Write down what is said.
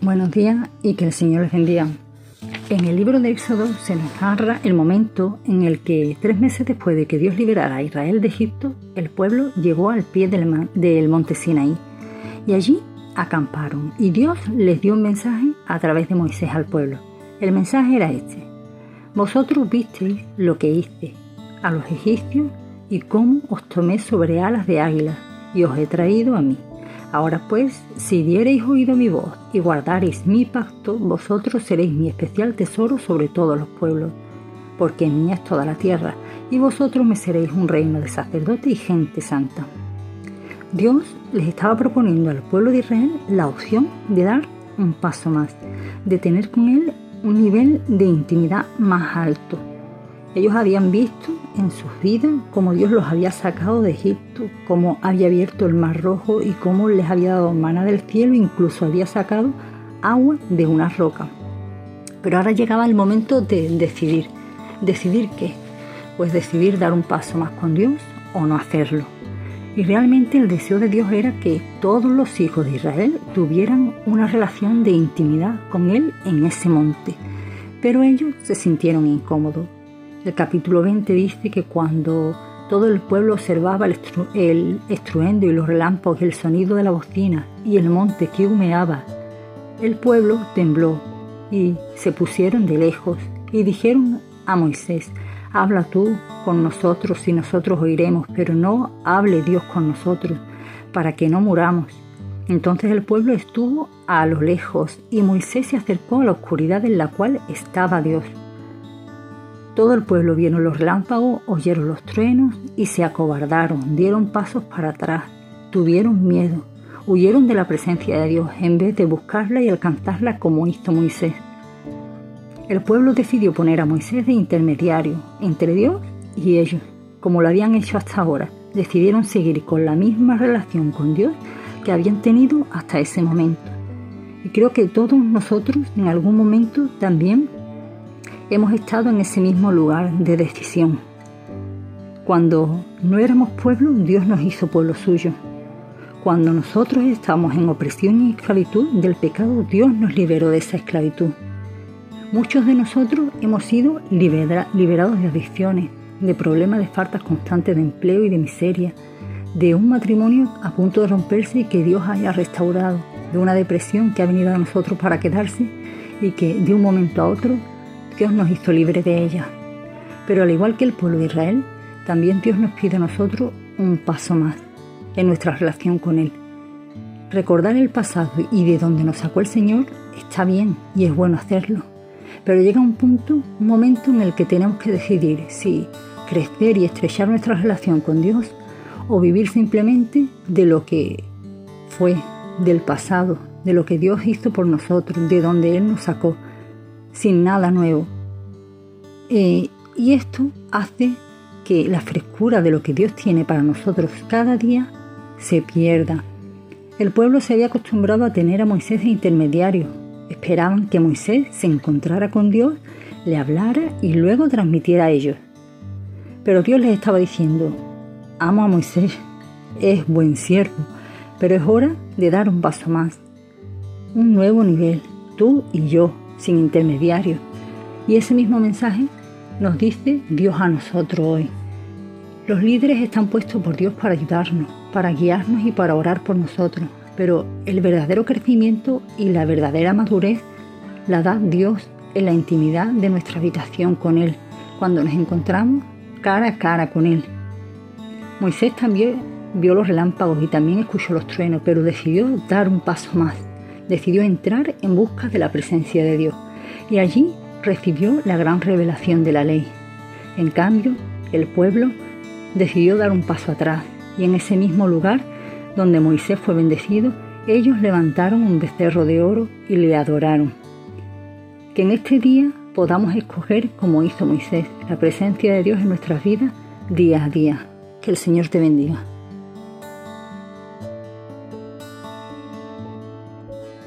Buenos días y que el Señor les bendiga. En el libro de Éxodo se nos narra el momento en el que 3 meses después de que Dios liberara a Israel de Egipto, el pueblo llegó al pie del monte Sinaí y allí acamparon y Dios les dio un mensaje a través de Moisés al pueblo. El mensaje era este: vosotros visteis lo que hice a los egipcios y cómo os tomé sobre alas de águila y os he traído a mí. Ahora pues, si diereis oído a mi voz y guardareis mi pacto, vosotros seréis mi especial tesoro sobre todos los pueblos, porque mía es toda la tierra, y vosotros me seréis un reino de sacerdotes y gente santa. Dios les estaba proponiendo al pueblo de Israel la opción de dar un paso más, de tener con Él un nivel de intimidad más alto. Ellos habían visto en sus vidas cómo Dios los había sacado de Egipto, cómo había abierto el Mar Rojo y cómo les había dado maná del cielo, incluso había sacado agua de una roca. Pero ahora llegaba el momento de decidir. ¿Decidir qué? Pues decidir dar un paso más con Dios o no hacerlo. Y realmente el deseo de Dios era que todos los hijos de Israel tuvieran una relación de intimidad con Él en ese monte. Pero ellos se sintieron incómodos. El capítulo 20 dice que cuando todo el pueblo observaba el estruendo y los relámpagos y el sonido de la bocina y el monte que humeaba, el pueblo tembló y se pusieron de lejos y dijeron a Moisés: habla tú con nosotros y nosotros oiremos, pero no hable Dios con nosotros para que no muramos. Entonces el pueblo estuvo a lo lejos y Moisés se acercó a la oscuridad en la cual estaba Dios. Todo el pueblo vieron los relámpagos, oyeron los truenos y se acobardaron, dieron pasos para atrás, tuvieron miedo, huyeron de la presencia de Dios en vez de buscarla y alcanzarla como hizo Moisés. El pueblo decidió poner a Moisés de intermediario entre Dios y ellos, como lo habían hecho hasta ahora. Decidieron seguir con la misma relación con Dios que habían tenido hasta ese momento. Y creo que todos nosotros en algún momento también hemos estado en ese mismo lugar de decisión. Cuando no éramos pueblo, Dios nos hizo pueblo suyo. Cuando nosotros estábamos en opresión y esclavitud del pecado, Dios nos liberó de esa esclavitud. Muchos de nosotros hemos sido liberados de adicciones, de problemas de faltas constantes de empleo y de miseria, de un matrimonio a punto de romperse y que Dios haya restaurado, de una depresión que ha venido a nosotros para quedarse y que de un momento a otro Dios nos hizo libres de ella. Pero al igual que el pueblo de Israel, también Dios nos pide a nosotros un paso más en nuestra relación con Él. Recordar el pasado y de donde nos sacó el Señor está bien y es bueno hacerlo. Pero llega un momento en el que tenemos que decidir si crecer y estrechar nuestra relación con Dios o vivir simplemente de lo que fue, del pasado, de lo que Dios hizo por nosotros, de donde Él nos sacó, sin nada nuevo. Y esto hace que la frescura de lo que Dios tiene para nosotros cada día se pierda. El pueblo se había acostumbrado a tener a Moisés de intermediario. Esperaban que Moisés se encontrara con Dios, le hablara y luego transmitiera a ellos. Pero Dios les estaba diciendo: amo a Moisés, es buen siervo, pero es hora de dar un paso más, un nuevo nivel, tú y yo, sin intermediarios. Y ese mismo mensaje nos dice Dios a nosotros hoy. Los líderes están puestos por Dios para ayudarnos, para guiarnos y para orar por nosotros, pero el verdadero crecimiento y la verdadera madurez la da Dios en la intimidad de nuestra habitación con Él, cuando nos encontramos cara a cara con Él. Moisés también vio los relámpagos y también escuchó los truenos, pero decidió dar un paso más. Decidió entrar en busca de la presencia de Dios y allí recibió la gran revelación de la ley. En cambio, el pueblo decidió dar un paso atrás y en ese mismo lugar donde Moisés fue bendecido, ellos levantaron un becerro de oro y le adoraron. Que en este día podamos escoger, como hizo Moisés, la presencia de Dios en nuestras vidas día a día. Que el Señor te bendiga.